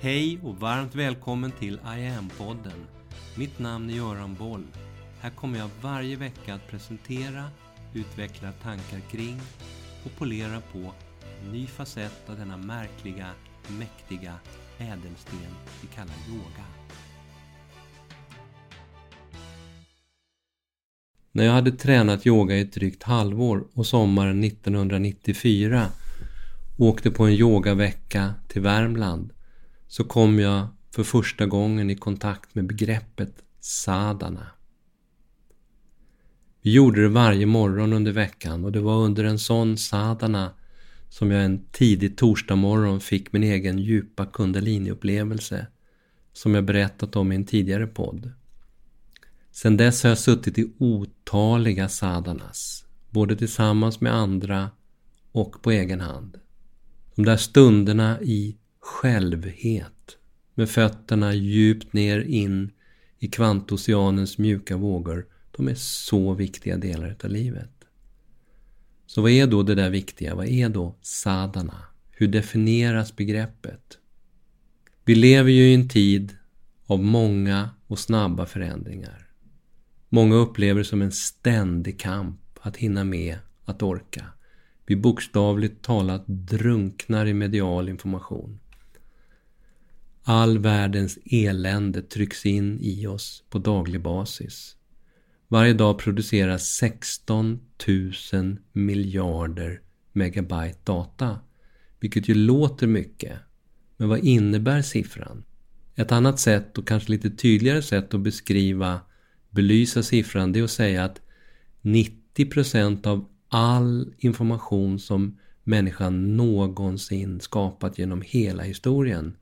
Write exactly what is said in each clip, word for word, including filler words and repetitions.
Hej och varmt välkommen till I Am-podden. Mitt namn är Göran Boll. Här kommer jag varje vecka att presentera, utveckla tankar kring och polera på en ny facett av denna märkliga, mäktiga ädelsten vi kallar yoga. När jag hade tränat yoga i ett drygt halvår och sommaren nittonhundranittiofyra åkte på en yogavecka till Värmland, så kom jag för första gången i kontakt med begreppet sadhana. Vi gjorde det varje morgon under veckan och det var under en sån sadhana som jag en tidig torsdag morgon fick min egen djupa kundaliniupplevelse som jag berättat om i en tidigare podd. Sedan dess har jag suttit i otaliga sadhanas, både tillsammans med andra och på egen hand. De där stunderna i självhet, med fötterna djupt ner in i kvantoceanens mjuka vågor, de är så viktiga delar av livet. Så vad är då det där viktiga? Vad är då sadhana? Hur definieras begreppet? Vi lever ju i en tid av många och snabba förändringar. Många upplever det som en ständig kamp att hinna med, att orka. Vi bokstavligt talat drunknar i medial information. All världens elände trycks in i oss på daglig basis. Varje dag produceras sexton tusen miljarder megabyte data, vilket ju låter mycket. Men vad innebär siffran? Ett annat sätt och kanske lite tydligare sätt att beskriva, belysa siffran, det är att säga att nittio procent av all information som människan någonsin skapat genom hela historien,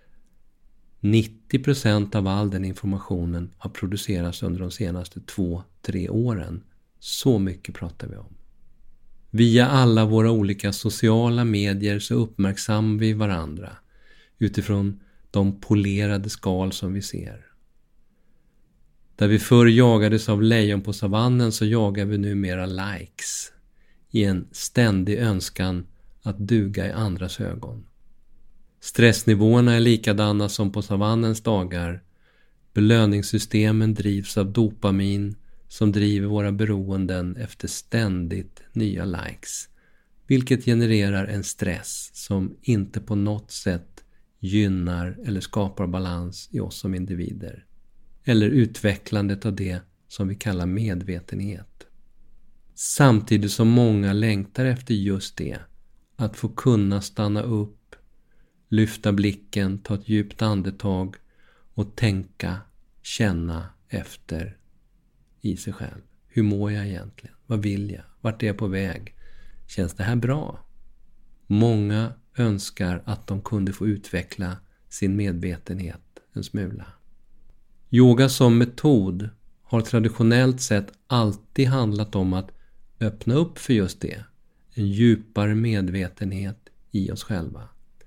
nittio procent av all den informationen har producerats under de senaste två, tre åren. Så mycket pratar vi om. Via alla våra olika sociala medier så uppmärksammar vi varandra utifrån de polerade skal som vi ser. Där vi förr jagades av lejon på savannen så jagar vi numera likes i en ständig önskan att duga i andras ögon. Stressnivåerna är likadana som på savannens dagar. Belöningssystemen drivs av dopamin som driver våra beroenden efter ständigt nya likes, vilket genererar en stress som inte på något sätt gynnar eller skapar balans i oss som individer, eller utvecklandet av det som vi kallar medvetenhet. Samtidigt som många längtar efter just det, att få kunna stanna upp, lyfta blicken, ta ett djupt andetag och tänka, känna efter i sig själv. Hur mår jag egentligen? Vad vill jag? Vart är jag på väg? Känns det här bra? Många önskar att de kunde få utveckla sin medvetenhet en smula. Yoga som metod har traditionellt sett alltid handlat om att öppna upp för just det. En djupare medvetenhet i oss själva.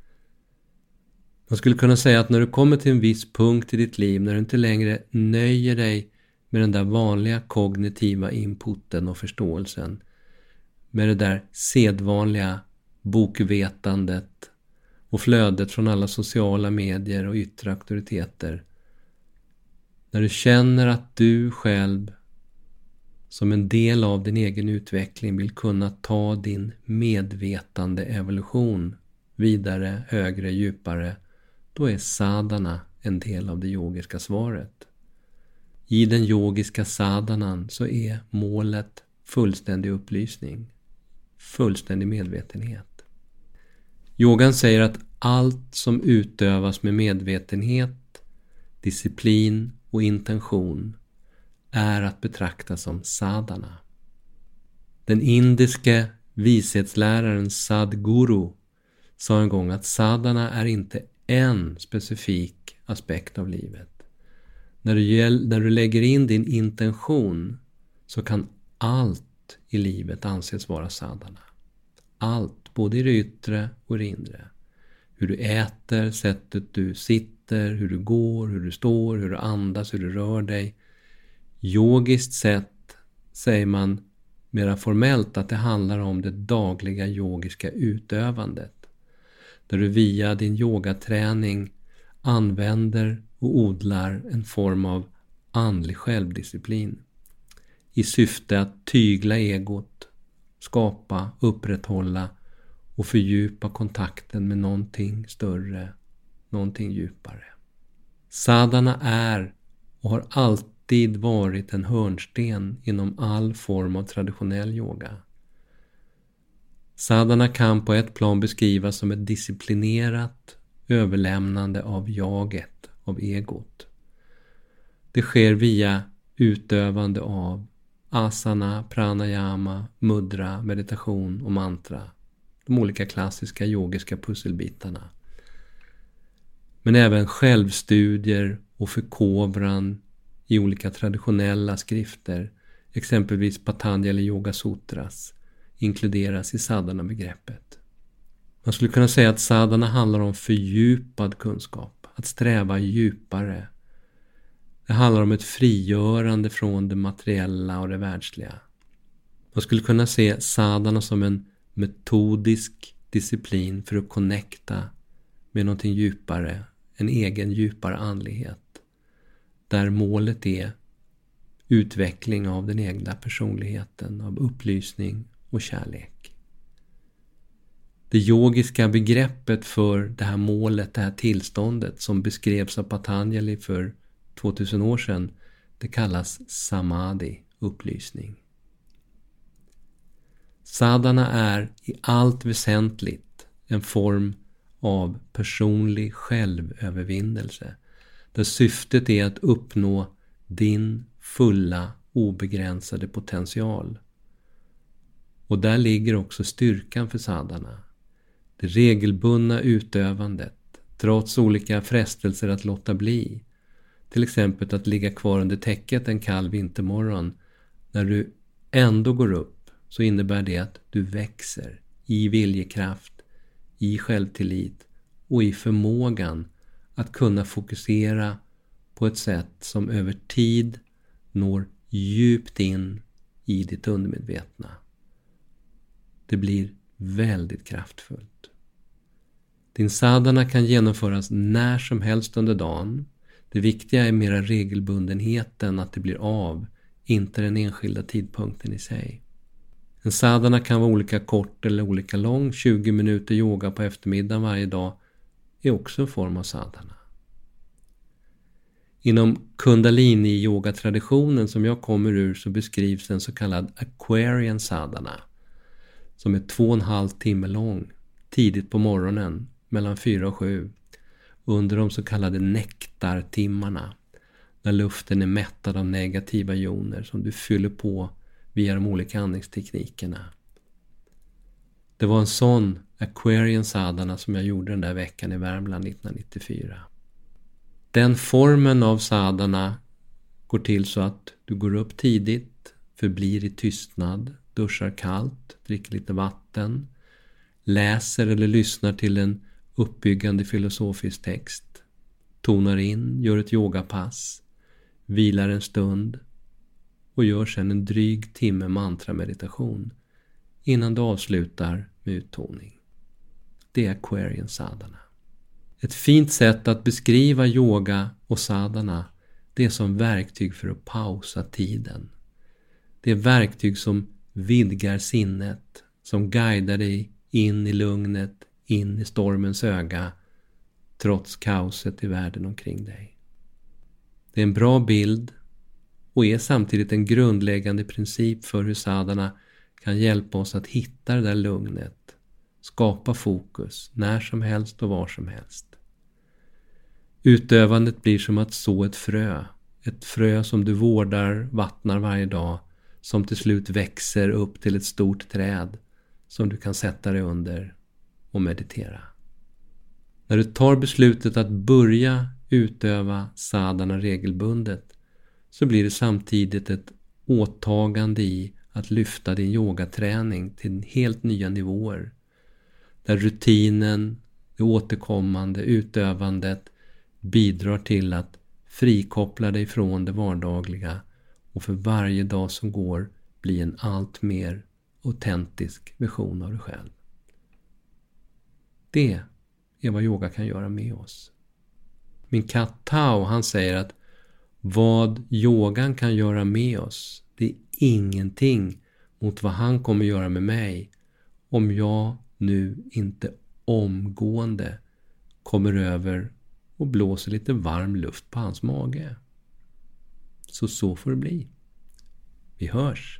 Man skulle kunna säga att när du kommer till en viss punkt i ditt liv, när du inte längre nöjer dig med den där vanliga kognitiva inputen och förståelsen, med det där sedvanliga bokvetandet och flödet från alla sociala medier och yttre auktoriteter, när du känner att du själv som en del av din egen utveckling vill kunna ta din medvetande evolution vidare, högre, djupare, då är sadhana en del av det yogiska svaret. I den yogiska sadhanan så är målet fullständig upplysning, fullständig medvetenhet. Yogan säger att allt som utövas med medvetenhet, disciplin och intention är att betrakta som sadhana. Den indiske vishetsläraren Sadhguru sa en gång att sadhana är inte en specifik aspekt av livet. När du, när du lägger in din intention så kan allt i livet anses vara sadhana. Allt, både i det yttre och det inre. Hur du äter, sättet du sitter, hur du går, hur du står, hur du andas, hur du rör dig. Yogiskt sett säger man mera formellt att det handlar om det dagliga yogiska utövandet. Där du via din yogaträning använder och odlar en form av andlig självdisciplin i syfte att tygla egot, skapa, upprätthålla och fördjupa kontakten med någonting större, någonting djupare. Sadhana är och har alltid varit en hörnsten inom all form av traditionell yoga. Sadhana kan på ett plan beskrivas som ett disciplinerat överlämnande av jaget, av egot. Det sker via utövande av asana, pranayama, mudra, meditation och mantra. De olika klassiska yogiska pusselbitarna. Men även självstudier och förkovran i olika traditionella skrifter, exempelvis Patanjali Yoga Sutras, inkluderas i sadhana-begreppet. Man skulle kunna säga att sadhana handlar om fördjupad kunskap, att sträva djupare. Det handlar om ett frigörande från det materiella och det världsliga. Man skulle kunna se sadhana som en metodisk disciplin för att connecta med någonting djupare, en egen djupare andlighet, där målet är utveckling av den egna personligheten, av upplysning och kärlek. Det yogiska begreppet för det här målet, det här tillståndet som beskrevs av Patanjali för tvåtusen år sedan, det kallas samadhi, upplysning. Sadhana är i allt väsentligt en form av personlig självövervinnelse, där syftet är att uppnå din fulla, obegränsade potential. Och där ligger också styrkan för sadhana. Det regelbundna utövandet, trots olika frestelser att låta bli. Till exempel att ligga kvar under täcket en kall vintermorgon. När du ändå går upp så innebär det att du växer i viljekraft, i självtillit och i förmågan att kunna fokusera på ett sätt som över tid når djupt in i ditt undermedvetna. Det blir väldigt kraftfullt. Din sadhana kan genomföras när som helst under dagen. Det viktiga är mera regelbundenheten, att det blir av, inte den enskilda tidpunkten i sig. En sadhana kan vara olika kort eller olika lång. tjugo minuter yoga på eftermiddagen varje dag är också en form av sadhana. Inom kundalini-yoga-traditionen som jag kommer ur så beskrivs en så kallad Aquarian sadhana som är två och en halv timme lång, tidigt på morgonen mellan fyra och sju, under de så kallade nektartimmarna, när luften är mättad av negativa joner som du fyller på via de olika andningsteknikerna. Det var en sån Aquarian sadhana som jag gjorde den där veckan i Värmland nittonhundranittiofyra. Den formen av sadhana går till så att du går upp tidigt, förblir i tystnad, duschar kallt, dricker lite vatten, läser eller lyssnar till en uppbyggande filosofisk text, tonar in, gör ett yogapass, vilar en stund och gör sedan en dryg timme mantra-meditation innan du avslutar med uttoning. Det är Aquarian sadhana. Ett fint sätt att beskriva yoga och sadhana, det är som verktyg för att pausa tiden. Det är verktyg som vidgar sinnet, som guidar dig in i lugnet, in i stormens öga, trots kaoset i världen omkring dig. Det är en bra bild och är samtidigt en grundläggande princip för hur sadhana kan hjälpa oss att hitta det där lugnet, skapa fokus när som helst och var som helst. Utövandet blir som att så ett frö, ett frö som du vårdar, vattnar varje dag, som till slut växer upp till ett stort träd som du kan sätta dig under och meditera. När du tar beslutet att börja utöva sadhana regelbundet så blir det samtidigt ett åtagande i att lyfta din yogaträning till helt nya nivåer. Där rutinen, det återkommande utövandet bidrar till att frikoppla dig från det vardagliga och för varje dag som går bli en allt mer autentisk version av dig själv. Det är vad yoga kan göra med oss. Min katt Tao, han säger att vad yogan kan göra med oss, det är ingenting mot vad han kommer göra med mig om jag nu inte omgående kommer över och blåser lite varm luft på hans mage. Så så får det bli. Vi hörs.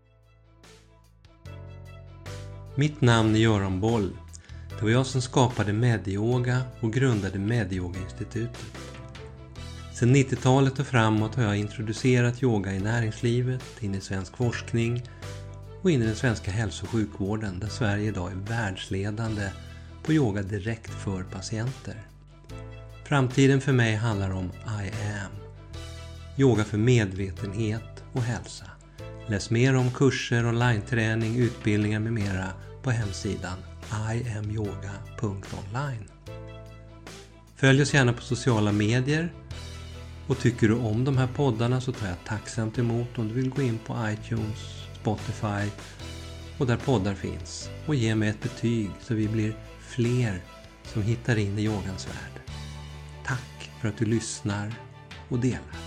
Mitt namn är Göran Boll. Det var jag som skapade Medyoga och grundade Medyoga-institutet. Sedan nittiotalet och framåt har jag introducerat yoga i näringslivet, in i svensk forskning och in i den svenska hälso- och sjukvården, där Sverige idag är världsledande på yoga direkt för patienter. Framtiden för mig handlar om I am. Yoga för medvetenhet och hälsa. Läs mer om kurser, online-träning, utbildningar med mera på hemsidan i am yoga punkt online. Följ oss gärna på sociala medier, och tycker du om de här poddarna så tar jag tacksamt emot om du vill gå in på iTunes, Spotify och där poddar finns och ge mig ett betyg så vi blir fler som hittar in i yogans värld. Tack för att du lyssnar och delar.